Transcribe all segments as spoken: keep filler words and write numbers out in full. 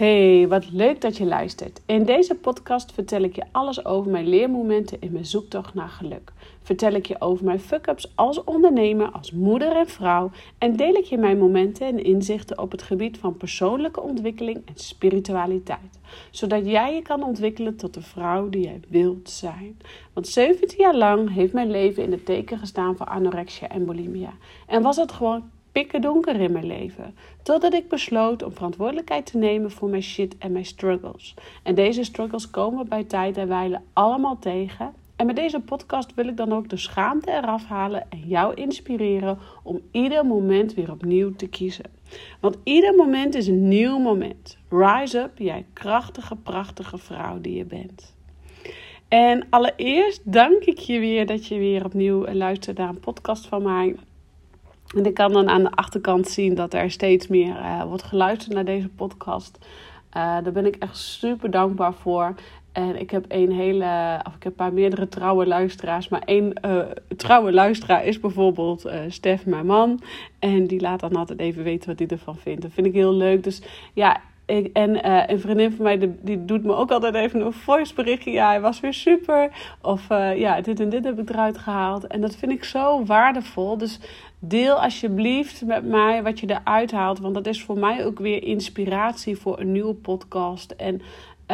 Hey, wat leuk dat je luistert. In deze podcast vertel ik je alles over mijn leermomenten in mijn zoektocht naar geluk. Vertel ik je over mijn fuck-ups als ondernemer, als moeder en vrouw. En deel ik je mijn momenten en inzichten op het gebied van persoonlijke ontwikkeling en spiritualiteit. Zodat jij je kan ontwikkelen tot de vrouw die jij wilt zijn. Want zeventien jaar lang heeft mijn leven in het teken gestaan van anorexia en bulimia. En was het gewoon pikken donker in mijn leven. Totdat ik besloot om verantwoordelijkheid te nemen voor mijn shit en mijn struggles. En deze struggles komen bij tijd en wijle allemaal tegen. En met deze podcast wil ik dan ook de schaamte eraf halen en jou inspireren om ieder moment weer opnieuw te kiezen. Want ieder moment is een nieuw moment. Rise up, jij krachtige, prachtige vrouw die je bent. En allereerst dank ik je weer dat je weer opnieuw luistert naar een podcast van mij. En ik kan dan aan de achterkant zien dat er steeds meer uh, wordt geluisterd naar deze podcast. Uh, daar ben ik echt super dankbaar voor. En ik heb een hele, of ik heb een paar meerdere trouwe luisteraars. Maar één uh, trouwe luisteraar is bijvoorbeeld uh, Stef, mijn man. En die laat dan altijd even weten wat hij ervan vindt. Dat vind ik heel leuk. Dus ja, ik, en uh, een vriendin van mij die, die doet me ook altijd even een voice berichtje. Ja, hij was weer super. Of uh, ja, dit en dit heb ik eruit gehaald. En dat vind ik zo waardevol. Dus deel alsjeblieft met mij wat je eruit haalt. Want dat is voor mij ook weer inspiratie voor een nieuwe podcast. En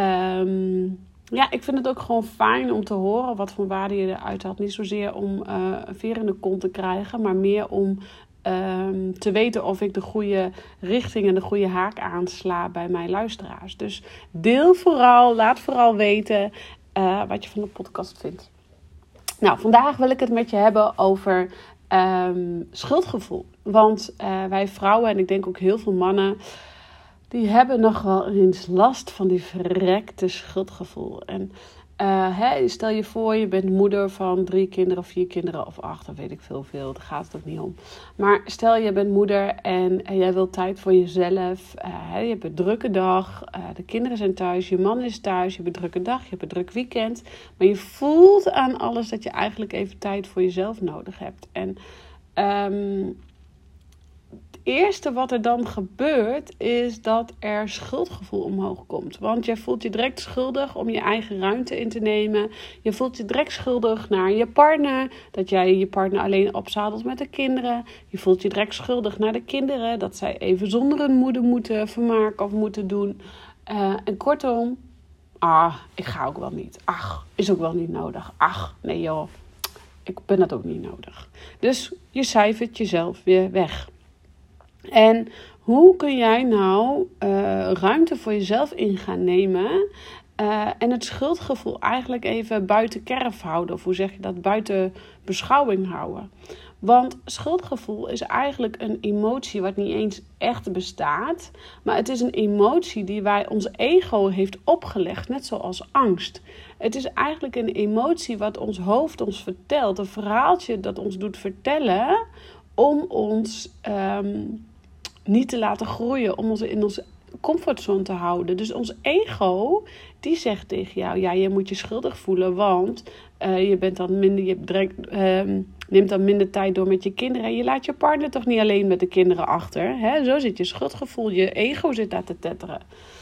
um, ja, ik vind het ook gewoon fijn om te horen wat voor waarde je eruit haalt. Niet zozeer om uh, een veer in de kont te krijgen, maar meer om um, te weten of ik de goede richting en de goede haak aansla bij mijn luisteraars. Dus deel vooral, laat vooral weten uh, wat je van de podcast vindt. Nou, vandaag wil ik het met je hebben over Um, schuldgevoel. Want uh, wij vrouwen, en ik denk ook heel veel mannen, die hebben nog wel eens last van die verrekte schuldgevoel. En uh, hè, stel je voor, je bent moeder van drie kinderen of vier kinderen of acht, dat weet ik veel, veel. Daar gaat het ook niet om. Maar stel je bent moeder en uh, jij wilt tijd voor jezelf. Uh, hè, je hebt een drukke dag, uh, de kinderen zijn thuis, je man is thuis, je hebt een drukke dag, je hebt een druk weekend. Maar je voelt aan alles dat je eigenlijk even tijd voor jezelf nodig hebt. En um, het eerste wat er dan gebeurt is dat er schuldgevoel omhoog komt. Want jij voelt je direct schuldig om je eigen ruimte in te nemen. Je voelt je direct schuldig naar je partner. Dat jij je partner alleen opzadelt met de kinderen. Je voelt je direct schuldig naar de kinderen. Dat zij even zonder een moeder moeten vermaken of moeten doen. Uh, en kortom, ah, ik ga ook wel niet. Ach, is ook wel niet nodig. Ach, nee joh, ik ben dat ook niet nodig. Dus je cijfert jezelf weer weg. En hoe kun jij nou uh, ruimte voor jezelf in gaan nemen uh, en het schuldgevoel eigenlijk even buiten kerf houden? Of hoe zeg je dat? Buiten beschouwing houden. Want schuldgevoel is eigenlijk een emotie wat niet eens echt bestaat. Maar het is een emotie die wij ons ego heeft opgelegd, net zoals angst. Het is eigenlijk een emotie wat ons hoofd ons vertelt. Een verhaaltje dat ons doet vertellen om ons Um, niet te laten groeien, om ons in onze comfortzone te houden. Dus ons ego, die zegt tegen jou, ja, je moet je schuldig voelen, want uh, je bent dan minder, je direct, uh, neemt dan minder tijd door met je kinderen. En je laat je partner toch niet alleen met de kinderen achter. Hè? Zo zit je schuldgevoel, je ego zit daar te tetteren.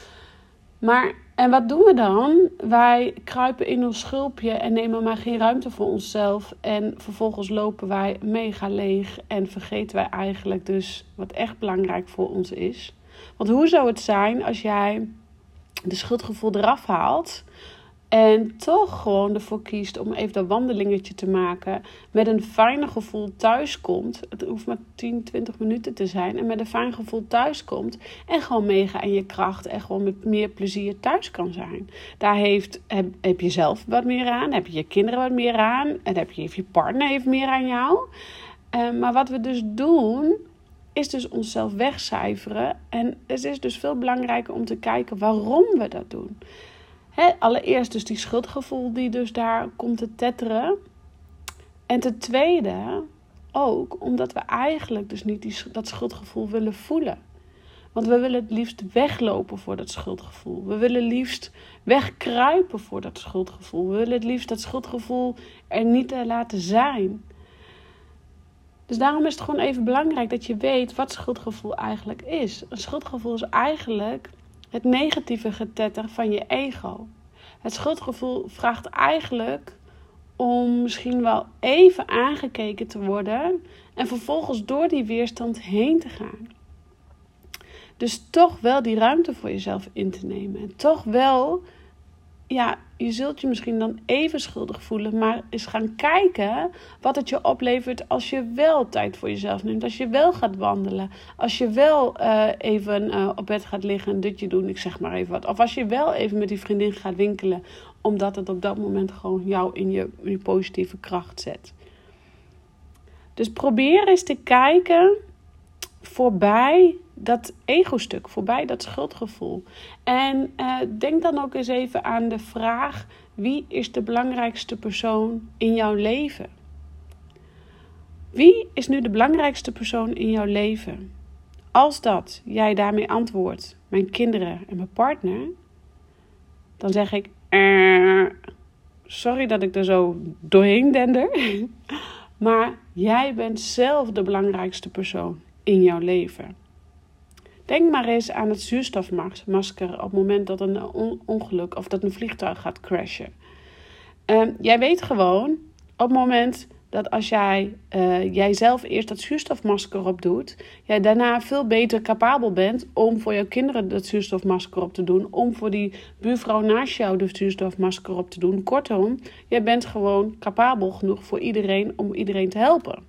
Maar, en wat doen we dan? Wij kruipen in ons schulpje en nemen maar geen ruimte voor onszelf. En vervolgens lopen wij mega leeg en vergeten wij eigenlijk dus wat echt belangrijk voor ons is. Want hoe zou het zijn als jij de schuldgevoel eraf haalt en toch gewoon ervoor kiest om even dat wandelingetje te maken, met een fijne gevoel thuiskomt. Het hoeft maar tien, twintig minuten te zijn. En met een fijn gevoel thuiskomt en gewoon mega in je kracht en gewoon met meer plezier thuis kan zijn. Daar heeft, heb, heb je zelf wat meer aan, heb je je kinderen wat meer aan en heb je, heeft je partner even meer aan jou. Uh, maar wat we dus doen, is dus onszelf wegcijferen. En het is dus veel belangrijker om te kijken waarom we dat doen. He, allereerst dus die schuldgevoel die dus daar komt te tetteren. En ten tweede ook omdat we eigenlijk dus niet die, dat schuldgevoel willen voelen. Want we willen het liefst weglopen voor dat schuldgevoel. We willen liefst wegkruipen voor dat schuldgevoel. We willen het liefst dat schuldgevoel er niet te laten zijn. Dus daarom is het gewoon even belangrijk dat je weet wat schuldgevoel eigenlijk is. Een schuldgevoel is eigenlijk het negatieve getetter van je ego. Het schuldgevoel vraagt eigenlijk om misschien wel even aangekeken te worden en vervolgens door die weerstand heen te gaan. Dus toch wel die ruimte voor jezelf in te nemen. En toch wel, ja, je zult je misschien dan even schuldig voelen, maar eens gaan kijken wat het je oplevert als je wel tijd voor jezelf neemt. Als je wel gaat wandelen. Als je wel uh, even uh, op bed gaat liggen en dutje doen, ik zeg maar even wat. Of als je wel even met die vriendin gaat winkelen, omdat het op dat moment gewoon jou in je, in je positieve kracht zet. Dus probeer eens te kijken voorbij dat ego-stuk, voorbij dat schuldgevoel. En uh, denk dan ook eens even aan de vraag: wie is de belangrijkste persoon in jouw leven? Wie is nu de belangrijkste persoon in jouw leven? Als dat jij daarmee antwoordt, mijn kinderen en mijn partner, dan zeg ik, uh, sorry dat ik er zo doorheen dender, maar jij bent zelf de belangrijkste persoon in jouw leven. Denk maar eens aan het zuurstofmasker op het moment dat een ongeluk of dat een vliegtuig gaat crashen. Uh, jij weet gewoon op het moment dat als jij uh, jijzelf eerst dat zuurstofmasker op doet, jij daarna veel beter capabel bent om voor jouw kinderen dat zuurstofmasker op te doen, om voor die buurvrouw naast jou de zuurstofmasker op te doen. Kortom, jij bent gewoon capabel genoeg voor iedereen om iedereen te helpen.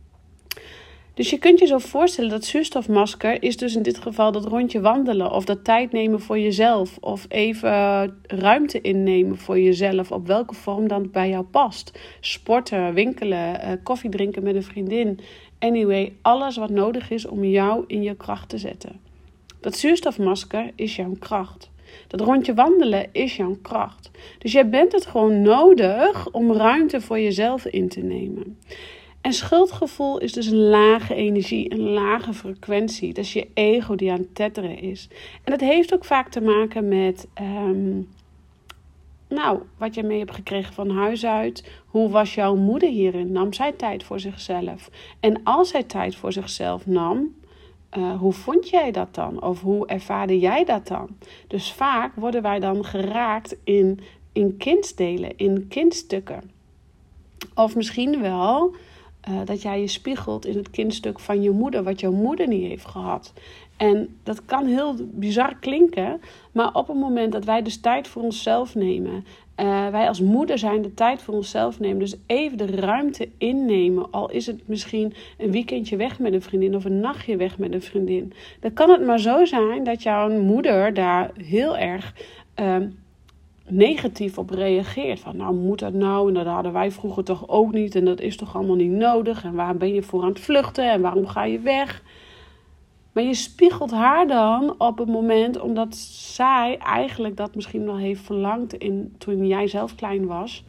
Dus je kunt je zo voorstellen dat zuurstofmasker is dus in dit geval dat rondje wandelen of dat tijd nemen voor jezelf of even ruimte innemen voor jezelf op welke vorm dan bij jou past. Sporten, winkelen, koffie drinken met een vriendin. Anyway, alles wat nodig is om jou in je kracht te zetten. Dat zuurstofmasker is jouw kracht. Dat rondje wandelen is jouw kracht. Dus jij bent het gewoon nodig om ruimte voor jezelf in te nemen. En schuldgevoel is dus een lage energie, een lage frequentie. Dat is je ego die aan het tetteren is. En dat heeft ook vaak te maken met um, nou, wat je mee hebt gekregen van huis uit. Hoe was jouw moeder hierin? Nam zij tijd voor zichzelf? En als zij tijd voor zichzelf nam, uh, hoe vond jij dat dan? Of hoe ervaarde jij dat dan? Dus vaak worden wij dan geraakt in, in kindsdelen, in kindstukken. Of misschien wel Uh, dat jij je spiegelt in het kindstuk van je moeder, wat jouw moeder niet heeft gehad. En dat kan heel bizar klinken, maar op het moment dat wij dus tijd voor onszelf nemen, uh, wij als moeder zijn de tijd voor onszelf nemen, dus even de ruimte innemen, al is het misschien een weekendje weg met een vriendin of een nachtje weg met een vriendin, dan kan het maar zo zijn dat jouw moeder daar heel erg Uh, negatief op reageert. Van nou moet dat nou en dat hadden wij vroeger toch ook niet en dat is toch allemaal niet nodig en waar ben je voor aan het vluchten en waarom ga je weg? Maar je spiegelt haar dan op het moment omdat zij eigenlijk dat misschien wel heeft verlangd in, toen jij zelf klein was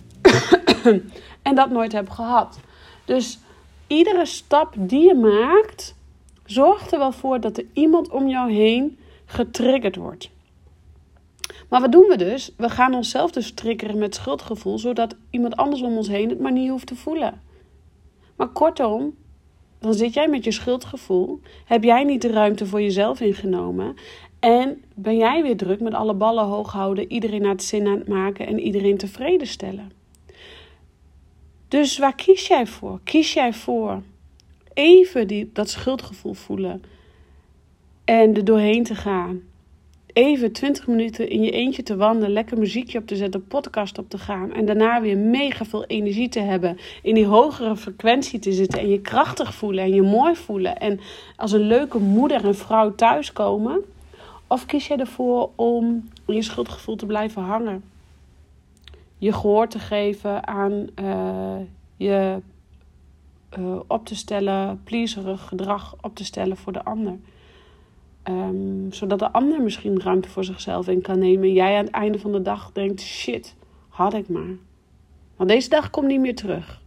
en dat nooit hebt gehad. Dus iedere stap die je maakt zorgt er wel voor dat er iemand om jou heen getriggerd wordt. Maar wat doen we dus? We gaan onszelf dus triggeren met schuldgevoel, zodat iemand anders om ons heen het maar niet hoeft te voelen. Maar kortom, dan zit jij met je schuldgevoel, heb jij niet de ruimte voor jezelf ingenomen en ben jij weer druk met alle ballen hoog houden, iedereen naar het zin aan het maken en iedereen tevreden stellen. Dus waar kies jij voor? Kies jij voor even die, dat schuldgevoel voelen en er doorheen te gaan? Even twintig minuten in je eentje te wandelen, lekker muziekje op te zetten, podcast op te gaan en daarna weer mega veel energie te hebben, in die hogere frequentie te zitten en je krachtig voelen en je mooi voelen en als een leuke moeder en vrouw thuiskomen? Of kies jij ervoor om in je schuldgevoel te blijven hangen? Je gehoor te geven aan uh, je uh, op te stellen, pleaserig gedrag op te stellen voor de ander. Um, zodat de ander misschien ruimte voor zichzelf in kan nemen. En jij aan het einde van de dag denkt, shit, had ik maar. Want deze dag komt niet meer terug.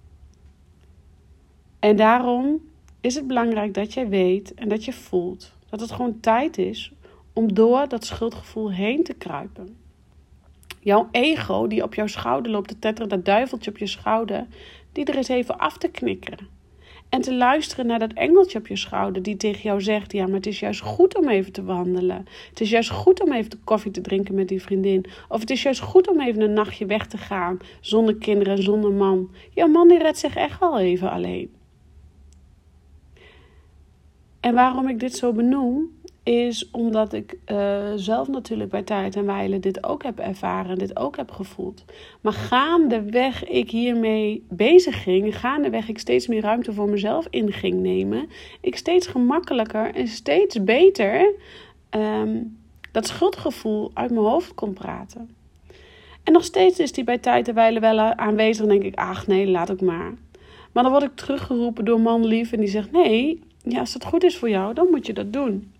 En daarom is het belangrijk dat jij weet en dat je voelt dat het gewoon tijd is om door dat schuldgevoel heen te kruipen. Jouw ego die op jouw schouder loopt te tetteren, dat duiveltje op je schouder, die er eens even af te knikkeren. En te luisteren naar dat engeltje op je schouder die tegen jou zegt, ja, maar het is juist goed om even te wandelen. Het is juist goed om even de koffie te drinken met die vriendin. Of het is juist goed om even een nachtje weg te gaan zonder kinderen en zonder man. Jouw man die redt zich echt wel even alleen. En waarom ik dit zo benoem, is omdat ik uh, zelf natuurlijk bij tijd en wijle dit ook heb ervaren, dit ook heb gevoeld. Maar gaandeweg ik hiermee bezig ging, gaandeweg ik steeds meer ruimte voor mezelf in ging nemen, ik steeds gemakkelijker en steeds beter um, dat schuldgevoel uit mijn hoofd kon praten. En nog steeds is die bij tijd en wijle wel aanwezig en denk ik, ach nee, laat ook maar. Maar dan word ik teruggeroepen door man lief en die zegt, nee, ja, als het goed is voor jou, dan moet je dat doen.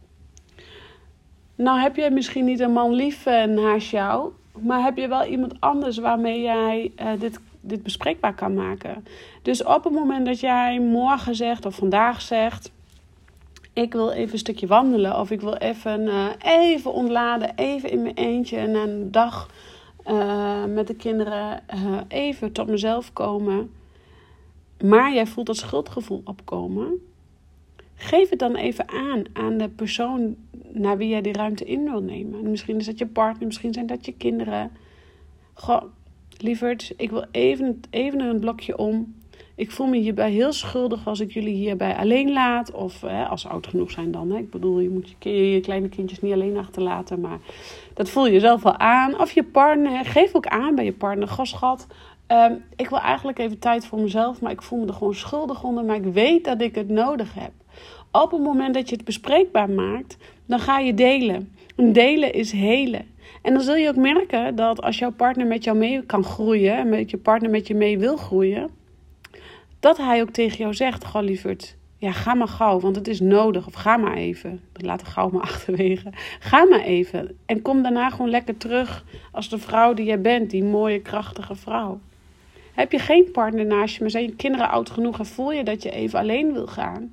Nou heb je misschien niet een man lief naast jou, maar heb je wel iemand anders waarmee jij uh, dit, dit bespreekbaar kan maken. Dus op het moment dat jij morgen zegt of vandaag zegt, ik wil even een stukje wandelen of ik wil even, uh, even ontladen, even in mijn eentje en een dag uh, met de kinderen uh, even tot mezelf komen. Maar jij voelt dat schuldgevoel opkomen. Geef het dan even aan aan de persoon naar wie jij die ruimte in wil nemen. Misschien is dat je partner, misschien zijn dat je kinderen. Goh, lieverd, ik wil even, even een blokje om. Ik voel me hierbij heel schuldig als ik jullie hierbij alleen laat. Of hè, als ze oud genoeg zijn dan. Hè. Ik bedoel, je moet je, je kleine kindjes niet alleen achterlaten. Maar dat voel je zelf wel aan. Of je partner, geef ook aan bij je partner. Goh, schat, um, ik wil eigenlijk even tijd voor mezelf. Maar ik voel me er gewoon schuldig onder. Maar ik weet dat ik het nodig heb. Op het moment dat je het bespreekbaar maakt, dan ga je delen. En delen is helen. En dan zul je ook merken dat als jouw partner met jou mee kan groeien, en met je partner met je mee wil groeien, dat hij ook tegen jou zegt, goh lieverd, ja, ga maar gauw, want het is nodig. Of ga maar even. Laat de gauw maar achterwege. Ga maar even. En kom daarna gewoon lekker terug als de vrouw die jij bent, die mooie, krachtige vrouw. Heb je geen partner naast je, maar zijn je kinderen oud genoeg en voel je dat je even alleen wil gaan?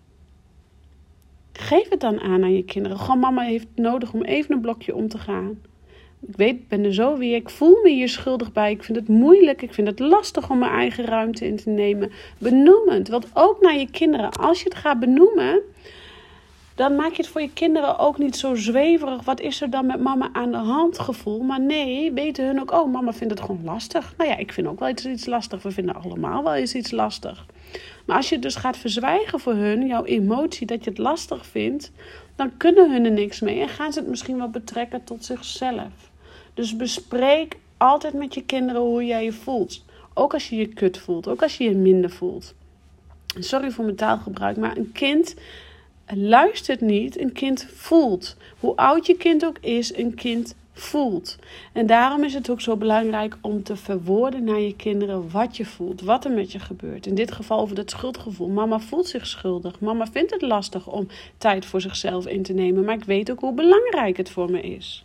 Geef het dan aan aan je kinderen. Gewoon, mama heeft nodig om even een blokje om te gaan. Ik weet, ik ben er zo weer. Ik voel me hier schuldig bij. Ik vind het moeilijk. Ik vind het lastig om mijn eigen ruimte in te nemen. Benoem het. Want ook naar je kinderen. Als je het gaat benoemen, dan maak je het voor je kinderen ook niet zo zweverig. Wat is er dan met mama aan de hand gevoel? Maar nee, weten hun ook, oh, mama vindt het gewoon lastig. Nou ja, ik vind ook wel iets, iets lastig. We vinden allemaal wel eens iets lastig. Maar als je het dus gaat verzwijgen voor hun, jouw emotie, dat je het lastig vindt, dan kunnen hun er niks mee. En gaan ze het misschien wel betrekken tot zichzelf. Dus bespreek altijd met je kinderen hoe jij je voelt. Ook als je je kut voelt. Ook als je je minder voelt. Sorry voor mijn taalgebruik, maar een kind luistert niet. Een kind voelt. Hoe oud je kind ook is, een kind voelt. En daarom is het ook zo belangrijk om te verwoorden naar je kinderen wat je voelt, wat er met je gebeurt. In dit geval over dat schuldgevoel. Mama voelt zich schuldig. Mama vindt het lastig om tijd voor zichzelf in te nemen, maar ik weet ook hoe belangrijk het voor me is.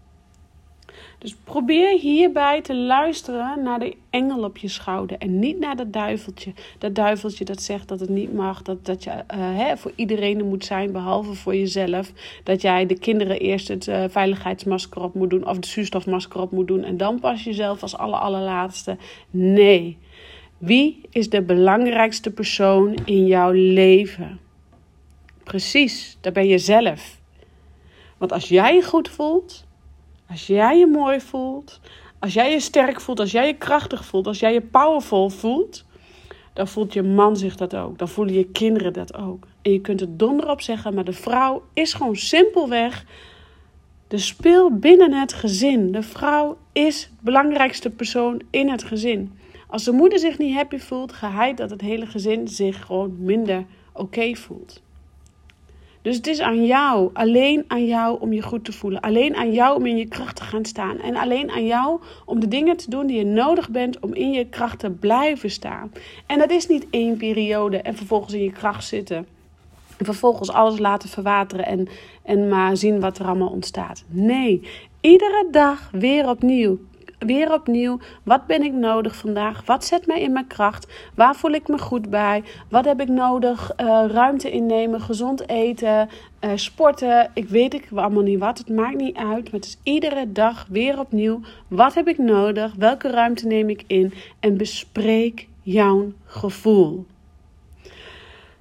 Dus probeer hierbij te luisteren naar de engel op je schouder en niet naar dat duiveltje. Dat duiveltje dat zegt dat het niet mag, dat, dat je uh, hè, voor iedereen er moet zijn, behalve voor jezelf. Dat jij de kinderen eerst het uh, veiligheidsmasker op moet doen of het zuurstofmasker op moet doen en dan pas jezelf als aller, allerlaatste. Nee. Wie is de belangrijkste persoon in jouw leven? Precies, dat ben je zelf. Want als jij je goed voelt, als jij je mooi voelt, als jij je sterk voelt, als jij je krachtig voelt, als jij je powerful voelt, dan voelt je man zich dat ook. Dan voelen je kinderen dat ook. En je kunt het donder op zeggen, maar de vrouw is gewoon simpelweg de speel binnen het gezin. De vrouw is de belangrijkste persoon in het gezin. Als de moeder zich niet happy voelt, geheid dat het hele gezin zich gewoon minder oké voelt. Dus het is aan jou, alleen aan jou om je goed te voelen. Alleen aan jou om in je kracht te gaan staan. En alleen aan jou om de dingen te doen die je nodig bent om in je kracht te blijven staan. En dat is niet één periode en vervolgens in je kracht zitten. En vervolgens alles laten verwateren en, en maar zien wat er allemaal ontstaat. Nee, iedere dag weer opnieuw. Weer opnieuw, wat ben ik nodig vandaag? Wat zet mij in mijn kracht? Waar voel ik me goed bij? Wat heb ik nodig? Uh, ruimte innemen, gezond eten, uh, sporten. Ik weet ik allemaal niet wat, het maakt niet uit. Maar het is iedere dag weer opnieuw. Wat heb ik nodig? Welke ruimte neem ik in? En bespreek jouw gevoel.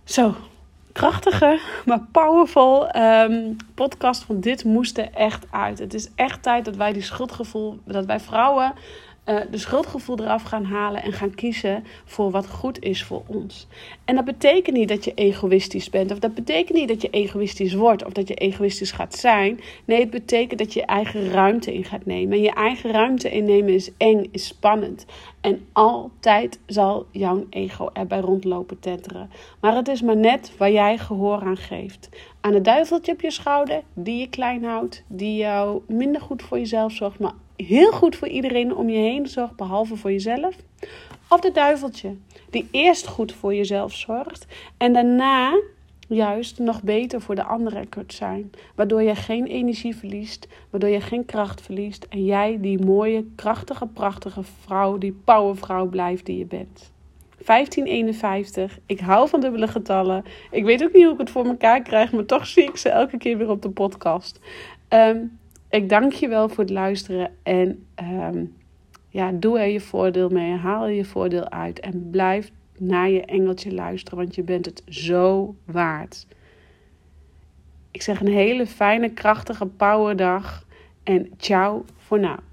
Zo, krachtige, maar powerful um, podcast van dit moest er echt uit. Het is echt tijd dat wij die schuldgevoel, dat wij vrouwen uh, de schuldgevoel eraf gaan halen en gaan kiezen voor wat goed is voor ons. En dat betekent niet dat je egoïstisch bent, of dat betekent niet dat je egoïstisch wordt, of dat je egoïstisch gaat zijn. Nee, het betekent dat je je eigen ruimte in gaat nemen. En je eigen ruimte innemen is eng, is spannend. En altijd zal jouw ego erbij rondlopen tetteren. Maar het is maar net waar jij gehoor aan geeft. Aan het duiveltje op je schouder, die je klein houdt, die jou minder goed voor jezelf zorgt, maar heel goed voor iedereen om je heen zorgt, behalve voor jezelf. Of de duiveltje, die eerst goed voor jezelf zorgt en daarna juist nog beter voor de anderen kunt zijn. Waardoor je geen energie verliest, waardoor je geen kracht verliest. En jij die mooie, krachtige, prachtige vrouw, die powervrouw blijft die je bent. vijftien eenenvijftig. Ik hou van dubbele getallen. Ik weet ook niet hoe ik het voor elkaar krijg, maar toch zie ik ze elke keer weer op de podcast. Um, ik dank je wel voor het luisteren en um, ja, doe er je voordeel mee. Haal er je voordeel uit en blijf naar je engeltje luisteren, want je bent het zo waard. Ik zeg een hele fijne, krachtige powerdag en ciao voor nu.